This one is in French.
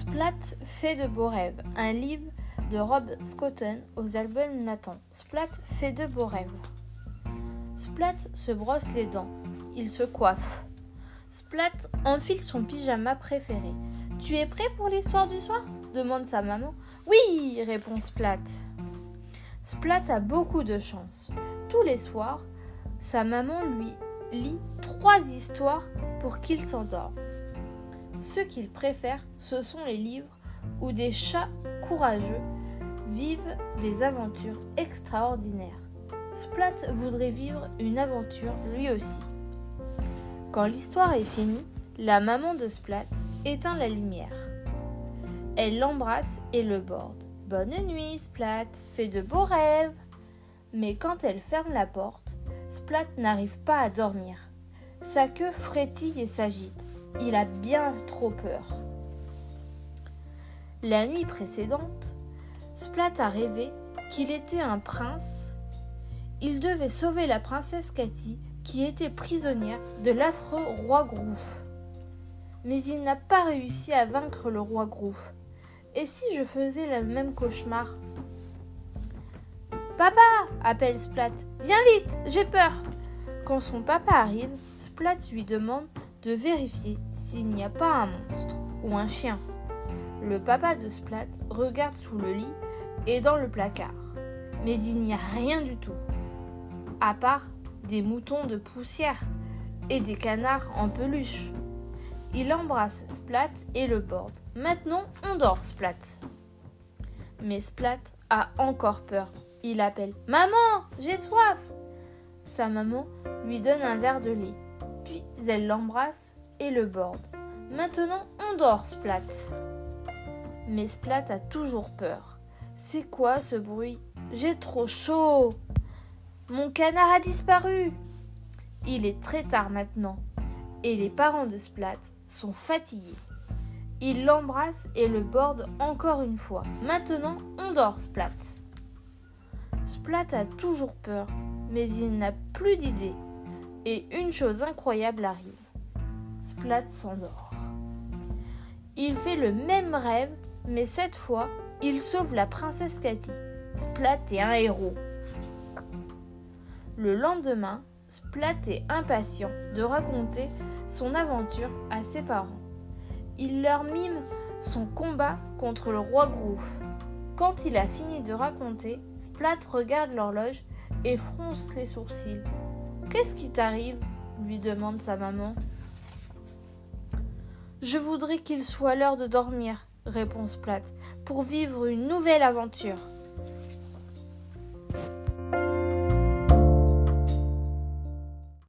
Splat fait de beaux rêves. Un livre de Rob Scotton aux albums Nathan. Splat fait de beaux rêves. Splat se brosse les dents. Il se coiffe. Splat enfile son pyjama préféré. « Tu es prêt pour l'histoire du soir ?» demande sa maman. « Oui !» répond Splat. Splat a beaucoup de chance. Tous les soirs, sa maman lui lit 3 histoires pour qu'il s'endorme. Ce qu'il préfère, ce sont les livres où des chats courageux vivent des aventures extraordinaires. Splat voudrait vivre une aventure lui aussi. Quand l'histoire est finie, la maman de Splat éteint la lumière. Elle l'embrasse et le borde. « Bonne nuit, Splat, fais de beaux rêves !» Mais quand elle ferme la porte, Splat n'arrive pas à dormir. Sa queue frétille et s'agite. Il a bien trop peur. La nuit précédente, Splat a rêvé qu'il était un prince. Il devait sauver la princesse Cathy, qui était prisonnière de l'affreux roi Grouf. Mais il n'a pas réussi à vaincre le roi Grouf. Et si je faisais le même cauchemar ? « Papa !» appelle Splat. « Viens vite, j'ai peur !» Quand son papa arrive, Splat lui demande de vérifier s'il n'y a pas un monstre ou un chien. Le papa de Splat regarde sous le lit et dans le placard. Mais il n'y a rien du tout, à part des moutons de poussière et des canards en peluche. Il embrasse Splat et le borde. « Maintenant, on dort, Splat !» Mais Splat a encore peur. Il appelle « Maman, j'ai soif !» Sa maman lui donne un verre de lait. Puis elle l'embrasse et le borde. « Maintenant, on dort, Splat !» Mais Splat a toujours peur. « C'est quoi ce bruit ? J'ai trop chaud ! Mon canard a disparu !» Il est très tard maintenant et les parents de Splat sont fatigués. Il l'embrasse et le borde encore une fois. « Maintenant, on dort, Splat !» Splat a toujours peur, mais il n'a plus d'idée. Et une chose incroyable arrive. Splat s'endort. Il fait le même rêve, mais cette fois, il sauve la princesse Cathy. Splat est un héros. Le lendemain, Splat est impatient de raconter son aventure à ses parents. Il leur mime son combat contre le roi Grouf. Quand il a fini de raconter, Splat regarde l'horloge et fronce les sourcils. « Qu'est-ce qui t'arrive ?» lui demande sa maman. « Je voudrais qu'il soit l'heure de dormir, » répond Splat, « pour vivre une nouvelle aventure. »